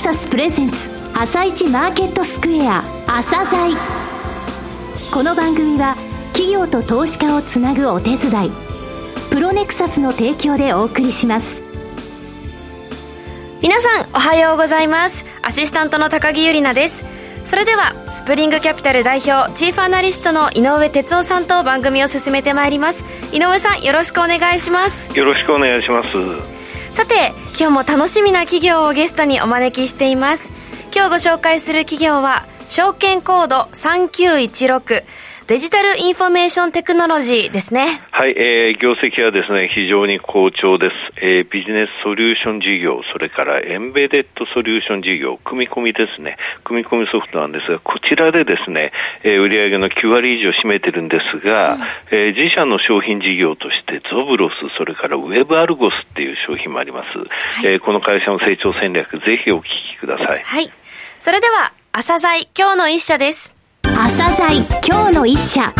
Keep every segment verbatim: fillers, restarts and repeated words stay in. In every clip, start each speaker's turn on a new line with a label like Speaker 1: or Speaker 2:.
Speaker 1: サスプレゼンツ朝一マーケットスクエア朝鮮。この番組は企業と投資家をつなぐお手伝いプロネクサスの提供でお送りします。
Speaker 2: 皆さんおはようございます。アシスタントの高木由里奈です。それではスプリングキャピタル代表チーフアナリストの井上哲夫さんと番組を進めてまいります。井上さん、よろしくお願いします。
Speaker 3: よろしくお願いします。
Speaker 2: さて、今日も楽しみな企業をゲストにお招きしています。今日ご紹介する企業は証券コードさんきゅういちろくデジタルインフォメーションテクノロジーですね。
Speaker 3: はい、えー、業績はですね、非常に好調です。えー、ビジネスソリューション事業、それからエンベデッドソリューション事業、組み込みですね。組み込みソフトなんですが、こちらでですね、えー、売上のきゅうわり以上占めてるんですが、うんえー、自社の商品事業としてゾブロス、それからウェブアルゴスっていう商品もあります。はい、えー、この会社の成長戦略、ぜひお聞きください。
Speaker 2: はい。それでは、朝鮮今日の一社です。
Speaker 1: 朝鮮今日の一社。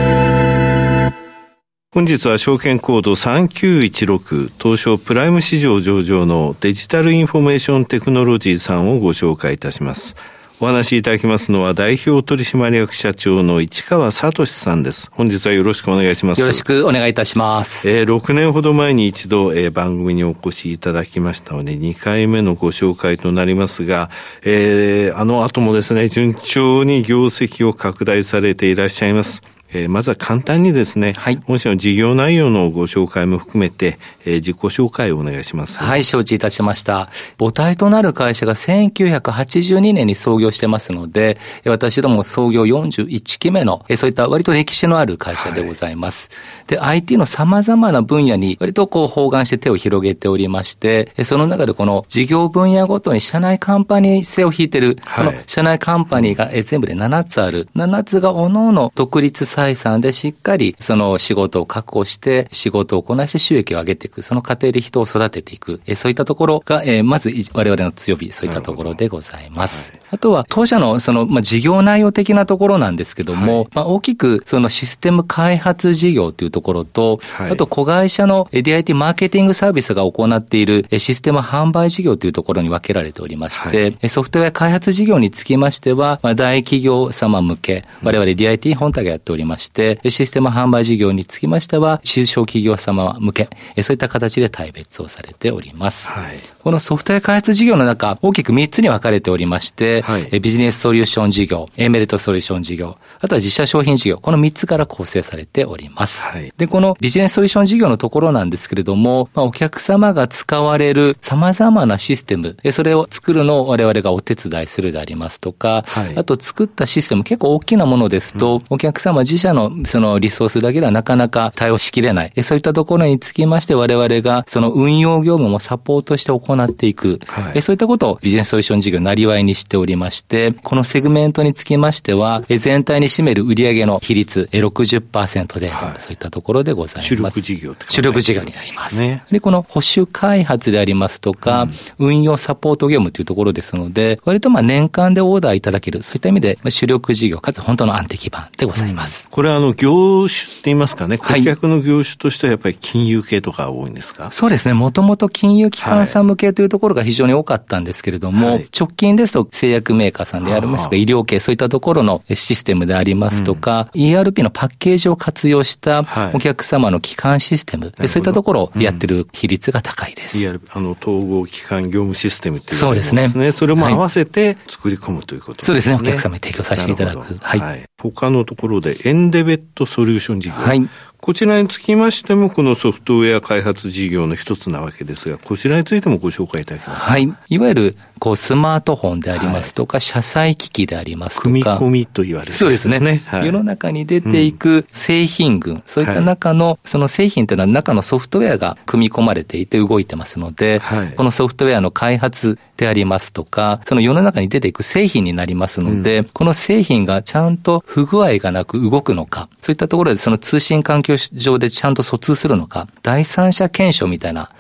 Speaker 4: 本日は証券コードさんきゅういちろく東証プライム市場上場のデジタルインフォメーションテクノロジーさんをご紹介いたします。お話しいただきますのは代表取締役社長の市川聡さんです。本日はよろしくお願いします。
Speaker 5: よろしくお願いいたします。
Speaker 4: えー、ろくねんほど前に一度、えー、番組にお越しいただきましたのでにかいめのご紹介となりますが、えー、あの後もですね順調に業績を拡大されていらっしゃいます。えー、まずは簡単にですね、はい、本社の事業内容のご紹介も含めて、えー、自己紹介をお願いします。
Speaker 5: はい、承知いたしました。母体となる会社がせんきゅうひゃくはちじゅうにねんに創業してますので、私ども創業よんじゅういっきめの、そういった割と歴史のある会社でございます。はい、で、アイティー の様々な分野に割とこう包含して手を広げておりまして、その中でこの事業分野ごとに社内カンパニー性を引いている、はい、この社内カンパニーが全部でななつある。ななつが各々独立採算でしっかりその仕事を確保して仕事をこなして収益を上げていく、その過程で人を育てていく、えそういったところが、えー、まず我々の強み、そういったところでございます。はい、あとは当社のその、まあ、事業内容的なところなんですけども、はい、まあ、大きくそのシステム開発事業というところと、はい、あと子会社の ディーアイティー マーケティングサービスが行っているシステム販売事業というところに分けられておりまして、はい、ソフトウェア開発事業につきましては、まあ、大企業様向け、我々 ディーアイティー 本体がやっておりまして、システム販売事業につきましては、中小企業様向け、そういった形で大別をされております。はい、このソフトウェア開発事業の中、大きくみっつに分かれておりまして、はい、ビジネスソリューション事業、エンベデッドソリューション事業、あとは自社商品事業、このみっつから構成されております。はい、で、このビジネスソリューション事業のところなんですけれども、まあ、お客様が使われる様々なシステム、それを作るのを我々がお手伝いするでありますとか、はい、あと作ったシステム、結構大きなものですと、うん、お客様自社のそのリソースだけではなかなか対応しきれない。そういったところにつきまして我々がその運用業務もサポートして行っていく。はい、そういったことをビジネスソリューション事業なりわいにしておりまして、このセグメントにつきましては、全体に占める売上の比率 ろくじゅっパーセント で、はい、そういったところでございます。
Speaker 4: 主力事業って
Speaker 5: 主力事業になります。ね、で、この保守開発でありますとか、うん、運用サポート業務というところですので、割とまあ年間でオーダーいただける、そういった意味で主力事業かつ本当の安定基盤でございます。
Speaker 4: うん、これはあの業種って言いますかね、顧客の業種としてはやっぱり金融系とか多いんですか？はい、そうですね。
Speaker 5: もともと金融機関さん向けというところが非常に多かったんですけれども、はい、直近ですと製薬メーカーさんでありますとか医療系、そういったところのシステムでありますとか、うん、イーアールピー のパッケージを活用したお客様の基幹システム、はい、そういったところをやってる比率が高いです。
Speaker 4: うん、イーアールピー、あの統合基幹業務システムっていうのがありますね。そうですね。それも合わせて作り込むということですね。
Speaker 5: そうですね。お客様に提供させていただく。
Speaker 4: はい。はい、他のところでエンデベッドソリューション事業。はい。こちらにつきましてもこのソフトウェア開発事業の一つなわけですが、こちらについてもご紹介いただけますか？
Speaker 5: はい。いわゆるこうスマートフォンでありますとか、はい、車載機器でありますとか、
Speaker 4: 組み込みと言われる、ね、
Speaker 5: そうですね、はい、世の中に出ていく製品群、うん、そういった中の、はい、その製品というのは中のソフトウェアが組み込まれていて動いてますので、はい、このソフトウェアの開発でありますとか、その世の中に出ていく製品になりますので、うん、この製品がちゃんと不具合がなく動くのか、そういったところでその通信環境上でちゃんと疎通するのか、第三者検証みたいな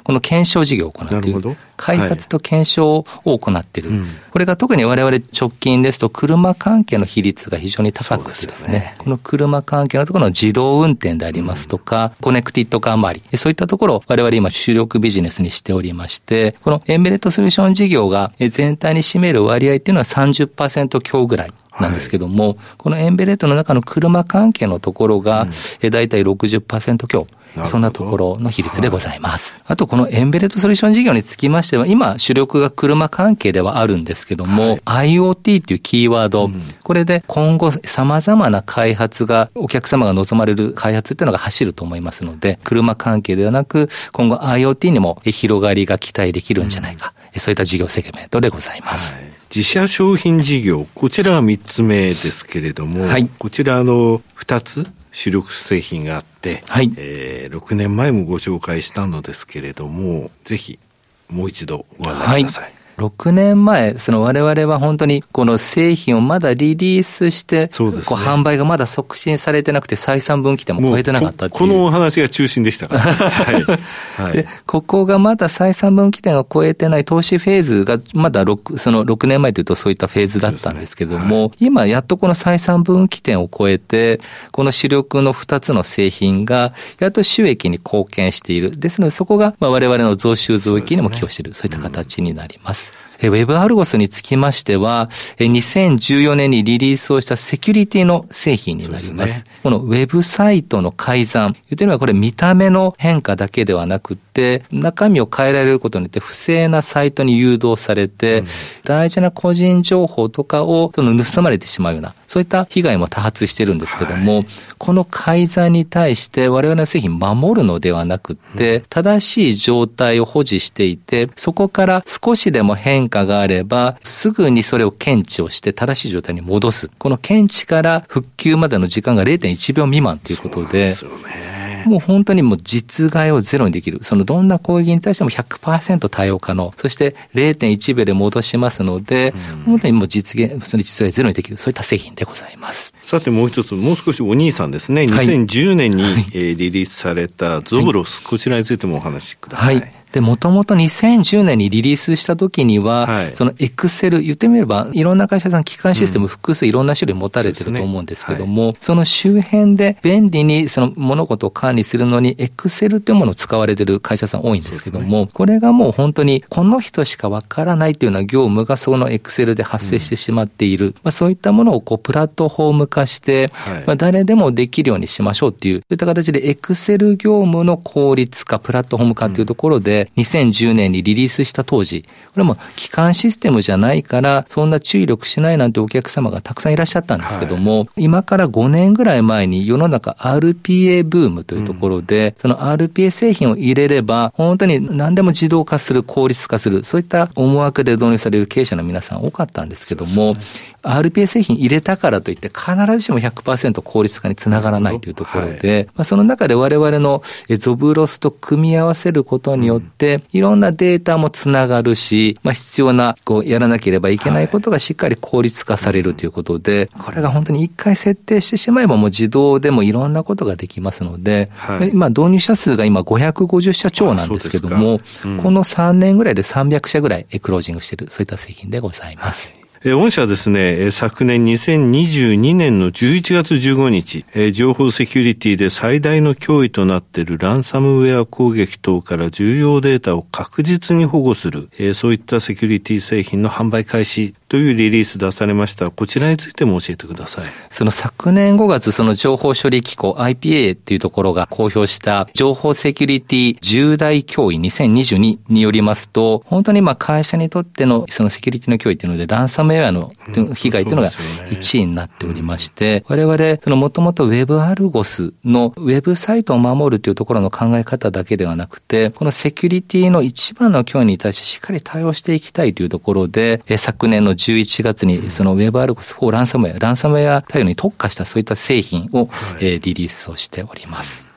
Speaker 5: この検証事業を行っている。開発と検証を行っている。はい、これが特に我々直近ですと車関係の比率が非常に高くてですね、ねこの車関係のところの自動運転でありますとか、うん、コネクティッドカー周り、そういったところを我々今主力ビジネスにしておりまして、このエンベレッドソリューション事業が全体に占める割合っていうのは さんじゅっパーセント 強ぐらい。なんですけども、はい、このエンベレッドの中の車関係のところが、うん、だいたい ろくじゅっパーセント 強。そんなところの比率でございます。はい、あとこのエンベレッドソリューション事業につきましては、今主力が車関係ではあるんですけども、はい、IoT というキーワード、うん、これで今後様々な開発が、お客様が望まれる開発っていうのが走ると思いますので、車関係ではなく、今後 IoT にも広がりが期待できるんじゃないか。うん、そういった事業セグメントでございます。はい、
Speaker 4: 自社商品事業、こちらはみっつめですけれども、はい、こちらあのふたつ主力製品があって、はいえー、ろくねんまえもご紹介したのですけれども、ぜひもう一度ご案内ください。はい
Speaker 5: ろくねんまえ、その我々は本当にこの製品をまだリリースして、そうですね、こう販売がまだ促進されてなくて採算分岐点も超えてなかったっていう。
Speaker 4: こ, このお話が中心でしたから、ねはいはい、
Speaker 5: で。ここがまだ採算分岐点を超えてない投資フェーズがまだ6、そのろくねんまえというとそういったフェーズだったんですけども、ねはい、今やっとこの採算分岐点を超えて、この主力のふたつの製品がやっと収益に貢献している。ですのでそこがまあ我々の増収増益にも寄与している。そういった形になります。ウェブアルゴスにつきましては、にせんじゅうよねんにリリースをしたセキュリティの製品になります。すね、このウェブサイトの改ざん、言ってみればこれ見た目の変化だけではなくて、中身を変えられることによって不正なサイトに誘導されて、うん、大事な個人情報とかをその盗まれてしまうような、そういった被害も多発しているんですけども、はい、この改ざんに対して我々の製品守るのではなくて、うん、正しい状態を保持していて、そこから少しでも変化があれば、すぐにそれを検知をして正しい状態に戻す。この検知から復旧までの時間が れいてんいちびょう未満ということで、そうなんですよね。もう本当にもう実害をゼロにできる。そのどんな攻撃に対しても ひゃくパーセント 対応可能。そして れいてんいちびょうで戻しますので、うん、本当にもう実現、その実害ゼロにできる。そういった製品でございます。
Speaker 4: さてもう一つ、もう少しお兄さんですね。にせんじゅうねんに、はいえー、リリースされたゾブロス、はい、こちらについてもお話しください。はい
Speaker 5: で、もともとにせんじゅうねんにリリースした時には、はい、そのエクセル、言ってみれば、いろんな会社さん、基幹システム複数いろんな種類持たれてると思うんですけども、そ, ねはい、その周辺で便利にその物事を管理するのに、エクセルっていうものを使われてる会社さん多いんですけども、ね、これがもう本当に、この人しかわからないというような業務がそのエクセルで発生してしまっている。うんまあ、そういったものをこうプラットフォーム化して、はいまあ、誰でもできるようにしましょうっていう、そういった形でエクセル業務の効率化、プラットフォーム化というところで、うん、にせんじゅうねんにリリースした当時、これも基幹システムじゃないからそんな注力しないなんてお客様がたくさんいらっしゃったんですけども、はい、今からごねんぐらい前に世の中 アールピーエー ブームというところで、うん、その アールピーエー 製品を入れれば本当に何でも自動化する、効率化する、そういった思惑で導入される経営者の皆さん多かったんですけども、アールピーエー 製品入れたからといって必ずしも ひゃくパーセント 効率化につながらないというところで、はいまあ、その中で我々のゾブロスと組み合わせることによって、うん、いろんなデータもつながるし、まあ、必要なこうやらなければいけないことがしっかり効率化されるということで、はい、これが本当に一回設定してしまえばもう自動でもいろんなことができますので、はい、今導入者数が今ごひゃくごじゅっしゃちょうなんですけども、うん、このさんねんぐらいでさんびゃくしゃぐらいクロージングしている、そういった製品でございます。はい
Speaker 4: え御社はですね、昨年にせんにじゅうにねんのじゅういちがつじゅうごにち、え情報セキュリティで最大の脅威となっているランサムウェア攻撃等から重要データを確実に保護する、えそういったセキュリティ製品の販売開始というリリース出されました。こちらについても教えてください。
Speaker 5: その昨年ごがつ、その情報処理機構 アイピーエー っていうところが公表した情報セキュリティ重大脅威にせんにじゅうにによりますと、本当にまあ会社にとってのそのセキュリティの脅威っていうのでランサムウェアの被害というのがいちいになっておりまして、我々、そのもともと Web アルゴスのウェブサイトを守るというところの考え方だけではなくて、このセキュリティの一番の脅威に対してしっかり対応していきたいというところで、昨年のじゅういちがつにその Web アルゴスフォーランサムウェア、ランサムウェア対応に特化したそういった製品をリリースをしております。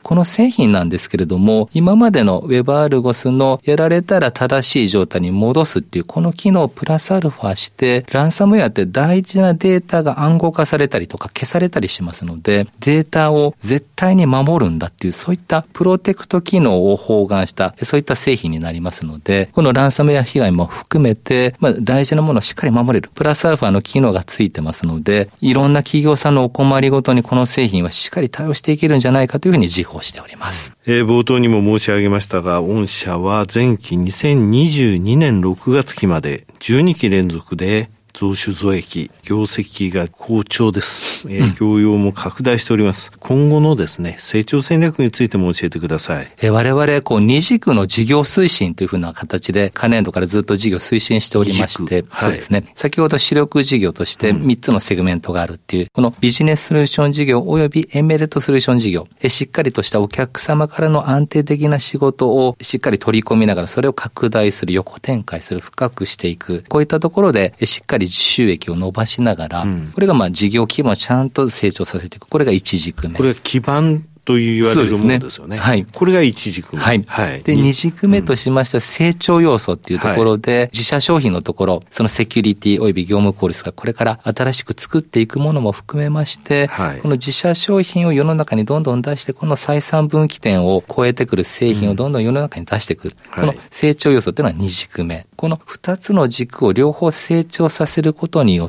Speaker 5: この製品なんですけれども、今までの WebAlgos のやられたら正しい状態に戻すっていうこの機能をプラスアルファして、ランサムウェアって大事なデータが暗号化されたりとか消されたりしますので、データを絶対に守るんだっていう、そういったプロテクト機能を包含した、そういった製品になりますので、このランサムウェア被害も含めて、まあ、大事なものをしっかり守れる。プラスアルファの機能がついてますので、いろんな企業さんのお困りごとにこの製品はしっかり対応していけるんじゃないかというふうに自負をしております。
Speaker 4: えー、冒頭にも申し上げましたが、御社は前期にせんにじゅうにねんろくがつ期までじゅうにき連続で増収増益、業績が好調です。えー、業用も拡大しております。今後のですね、成長戦略についても教えてください。
Speaker 5: えー、我々、こう、二軸の事業推進というふうな形で、過年度からずっと事業推進しておりまして、はい、そうですね。先ほど主力事業としてみっつのセグメントがあるっていう、うん、このビジネスソリューション事業及びエンベレッドソリューション事業、えー、しっかりとしたお客様からの安定的な仕事をしっかり取り込みながら、それを拡大する、横展開する、深くしていく。こういったところで、えー、しっかり収益を伸ばしながら、うん、これがまあ事業規模をちゃんと成長させていく。これが一軸目。
Speaker 4: これは基盤と言われるものですよね。
Speaker 5: はい。
Speaker 4: これが一軸目。
Speaker 5: はい。はい。で、二軸目としましては成長要素っていうところで、はい、自社商品のところ、そのセキュリティ及び業務効率がこれから新しく作っていくものも含めまして、はい、この自社商品を世の中にどんどん出して、この採算分岐点を超えてくる製品をどんどん世の中に出してくる。うん、この成長要素っていうのは二軸目。この二つの軸を両方成長させることによって、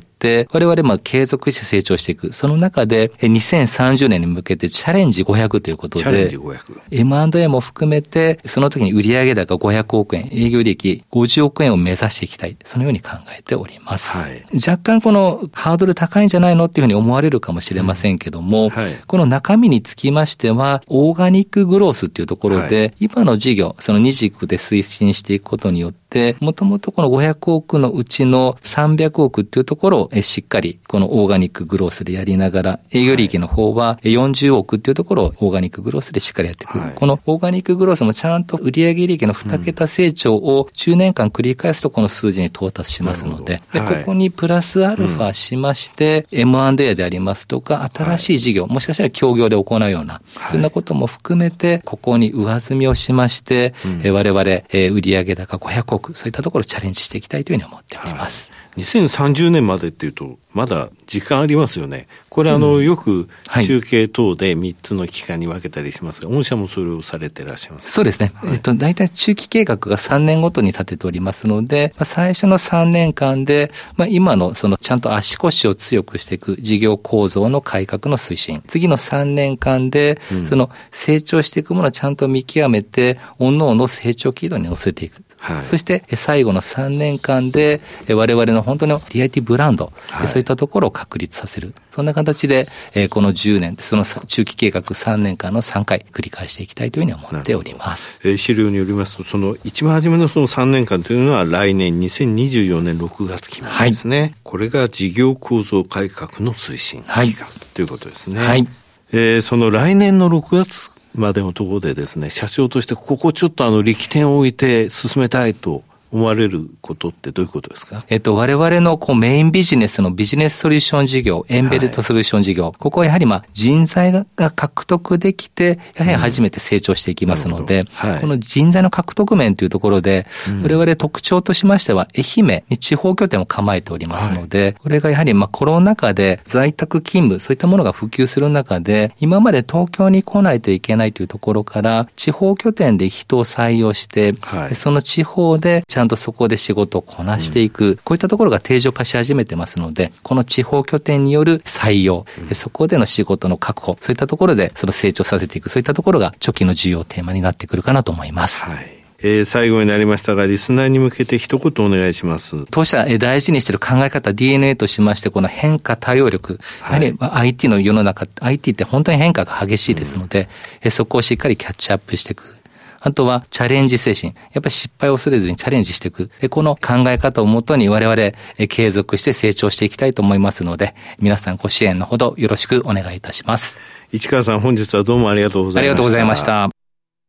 Speaker 5: 我々まあ継続して成長していく。その中でにせんさんじゅうねんに向けてチャレンジごひゃくということで、エムアンドエー も含めて、その時に売上高ごひゃくおくえん、営業利益ごじゅうおくえんを目指していきたい。そのように考えております。はい、若干このハードル高いんじゃないのっていうふうに思われるかもしれませんけども、うんはい、この中身につきましては、オーガニックグロースっていうところで、はい、今の事業、その二軸で推進していくことによって、もともとこのごひゃくおくのうちのさんびゃくおくっていうところをしっかりこのオーガニックグロースでやりながら、営業利益の方はよんじゅうおくっていうところをオーガニックグロースでしっかりやっていく。はい、このオーガニックグロースもちゃんと売上利益のに桁成長をじゅうねんかん繰り返すとこの数字に到達しますので、で、はい、ここにプラスアルファしまして、うん、エムアンドエー でありますとか、新しい事業、はい、もしかしたら協業で行うような、はい、そんなことも含めて、ここに上積みをしまして、うん、え我々、え売上高ごひゃくおく、そういったところをチャレンジしていきたいというふうに思っております。
Speaker 4: はい、にせんさんじゅうねんまでっていうと、まだ時間ありますよね。これあの、よく中継等でみっつの期間に分けたりしますが、はい、御社もそれをされていらっしゃいますか？
Speaker 5: そうですね。はい、えっと、大体中期計画がさんねんごとに立てておりますので、まあ、最初のさんねんかんで、まあ、今のそのちゃんと足腰を強くしていく事業構造の改革の推進。次のさんねんかんで、うん、その成長していくものをちゃんと見極めて、各々の成長軌道に乗せていく。はい、そして最後のさんねんかんで我々の本当の ディーアイティー ブランド、はい、そういったところを確立させる。そんな形でこのじゅうねん、その中期計画さんねんかんのさんかい繰り返していきたいというふうに思っております。
Speaker 4: えー、資料によりますと、その一番初めのそのさんねんかんというのは来年にせんにじゅうよねんろくがつ期までですね。はい、これが事業構造改革の推進期間、はい、ということですね。はい。えー、その来年のろくがつまでのところでですね、社長としてここちょっとあの力点を置いて進めたいと思われることってどういうことですか？
Speaker 5: えっと、我々のこうメインビジネスのビジネスソリューション事業、エンベレッドソリューション事業、はい、ここはやはりまあ人材が獲得できて、やはり初めて成長していきますので、うんはい、この人材の獲得面というところで、うん、我々特徴としましては、愛媛に地方拠点を構えておりますので、はい、これがやはりまあコロナ禍で在宅勤務、そういったものが普及する中で、今まで東京に来ないといけないというところから、地方拠点で人を採用して、はい、その地方でちゃんとちゃんとそこで仕事をこなしていく、うん、こういったところが定常化し始めてますので、この地方拠点による採用、うん、そこでの仕事の確保、そういったところでその成長させていく、そういったところが初期の重要テーマになってくるかなと思います。はい。
Speaker 4: えー、最後になりましたが、リスナーに向けて一言お願いします。
Speaker 5: 当社大事にしている考え方 ディーエヌエー としまして、この変化対応力、はい、やはり アイティー の世の中、アイティー って本当に変化が激しいですので、うん、そこをしっかりキャッチアップしていく。あとはチャレンジ精神。やっぱり失敗を恐れずにチャレンジしていく。この考え方をもとに我々継続して成長していきたいと思いますので、皆さんご支援のほどよろしくお願いいたします。
Speaker 4: 市川さん、本日はどうもありがとうございました。
Speaker 5: ありがとうございました。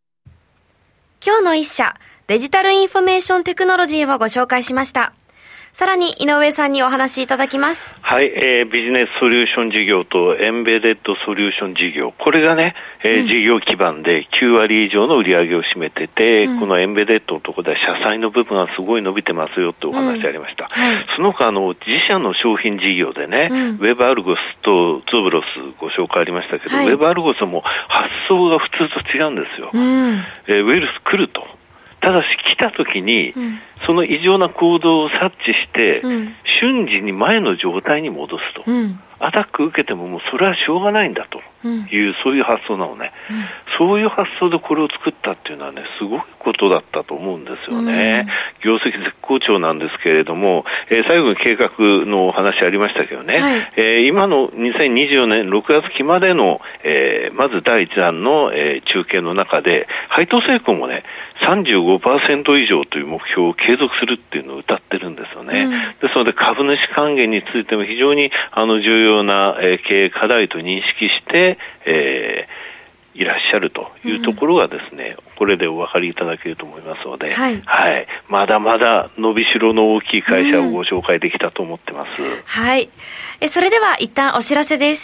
Speaker 2: 今日の一社、デジタルインフォメーションテクノロジーをご紹介しました。 さらに井上さんにお話しいただきます。
Speaker 3: はい、えー、ビジネスソリューション事業とエンベデッドソリューション事業、これがね、えーうん、事業基盤できゅうわり以上の売り上げを占めてて、うん、このエンベデッドのところでは社債の部分がすごい伸びてますよってお話ありました。うんはい、その他の自社の商品事業でね、うん、ウェブアルゴスとツーブロスご紹介ありましたけど、はい、ウェブアルゴスも発想が普通と違うんですよ。うんえー、ウイルス来ると。ただし来た時に、うん、その異常な行動を察知して、うん、瞬時に前の状態に戻すと、うん、アタック受けてももうそれはしょうがないんだという、うん、そういう発想なのね、うん、そういう発想でこれを作ったっていうのはねすごいことだったと思うんですよね、うん、業績絶好調なんですけれども、えー、最後に計画のお話ありましたけどね、はいえー、今のにせんにじゅうよねんろくがつ期までの、えー、まずだいいちだんの、えー、中継の中で配当成功もね さんじゅうごパーセント 以上という目標を継続するっていうのを謳ってるんですよね、うん、ですので株主還元についても非常にあの重要な、えー、経営課題と認識して、えー、いらっしゃるというところがですね、うん、これでお分かりいただけると思いますので、はいはい、まだまだ伸びしろの大きい会社をご紹介できたと思ってます、うん、
Speaker 2: はいえそれでは一旦お知らせです。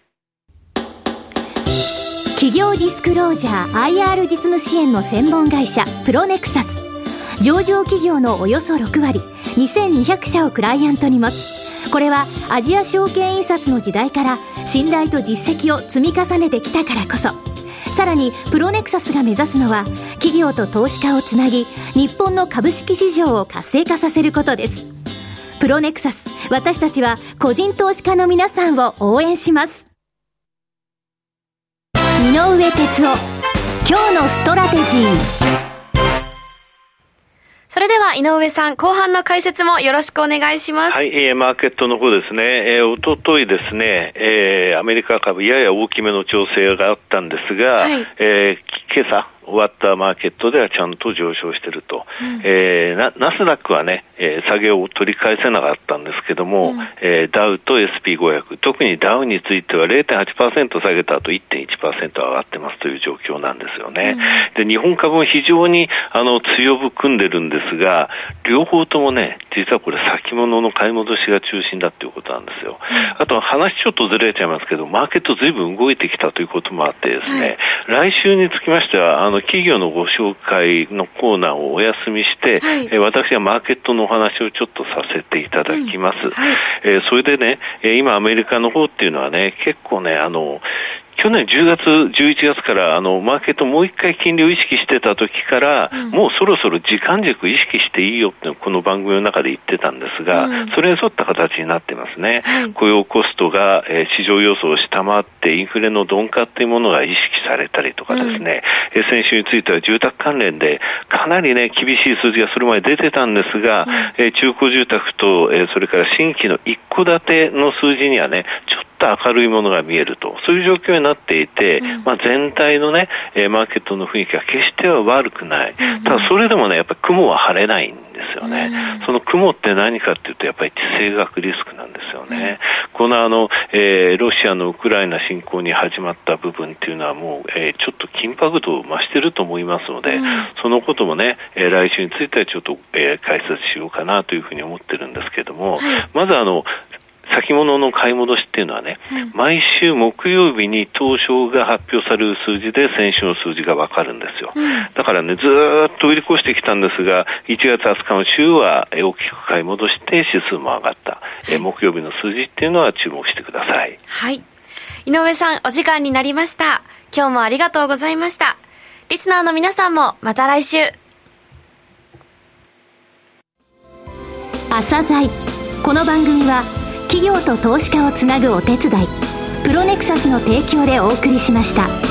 Speaker 1: 企業ディスクロージャー アイアール 実務支援の専門会社プロネクサス、上場企業のおよそろくわりにせんにひゃくしゃをクライアントに持つ。これはアジア証券印刷の時代から信頼と実績を積み重ねてきたからこそ、さらにプロネクサスが目指すのは企業と投資家をつなぎ日本の株式市場を活性化させることです。プロネクサス、私たちは個人投資家の皆さんを応援します。井上哲夫、今日のストラテジー。
Speaker 2: それでは井上さん、後半の解説もよろしくお願いします。
Speaker 3: はい、えー、マーケットの方ですね、えー、おとといですね、えー、アメリカ株やや大きめの調整があったんですが、はい、えー、今朝終わったマーケットではちゃんと上昇していると、うんえー、ナ, ナスダックはね、えー、下げを取り返せなかったんですけども、うんえー、ダウと エスピーごひゃく、特にダウについては れいてんはちパーセント 下げた後 いってんいちパーセント 上がってますという状況なんですよね、うん、で日本株も非常にあの強含んでるんですが、両方ともね実はこれ先物の買い戻しが中心だということなんですよ、うん、あと話ちょっとずれちゃいますけど、マーケットずいぶん動いてきたということもあってですね、はい、来週につきましてはあの企業のご紹介のコーナーをお休みして、はい、え私はマーケットのお話をちょっとさせていただきます、うんはいえー、それでね、え今アメリカの方っていうのはね結構ねあの去年じゅうがつじゅういちがつからあのマーケットもう一回金利を意識してた時から、うん、もうそろそろ時間軸意識していいよってこの番組の中で言ってたんですが、うん、それに沿った形になってますね、はい、雇用コストが、えー、市場予想を下回ってインフレの鈍化っていうものが意識されたりとかですね、うん、えー、先週については住宅関連でかなりね厳しい数字がそれまで出てたんですが、うんえー、中古住宅と、えー、それから新規の一戸建ての数字にはねちょっと明るいものが見えると、そういう状況になっていて、うんまあ、全体のね、えー、マーケットの雰囲気は決しては悪くない、うん、ただそれでもねやっぱり雲は晴れないんですよね、うん、その雲って何かっていうとやっぱり地政学リスクなんですよね、うん、このあの、えー、ロシアのウクライナ侵攻に始まった部分っていうのはもう、えー、ちょっと緊迫度を増してると思いますので、うん、そのこともね、えー、来週についてはちょっと、えー、解説しようかなというふうに思ってるんですけども、はい、まずあの先物の買い戻しっていうのはね、うん、毎週木曜日に東証が発表される数字で先週の数字がわかるんですよ、うん、だからねずーっと売り越してきたんですがいちがつはつかの週は大きく買い戻して指数も上がった、はい、え木曜日の数字っていうのは注目してください。
Speaker 2: はい、井上さんお時間になりました。今日もありがとうございました。リスナーの皆さんもまた来週。
Speaker 1: 朝鮮、この番組は企業と投資家をつなぐお手伝いプロネクサスの提供でお送りしました。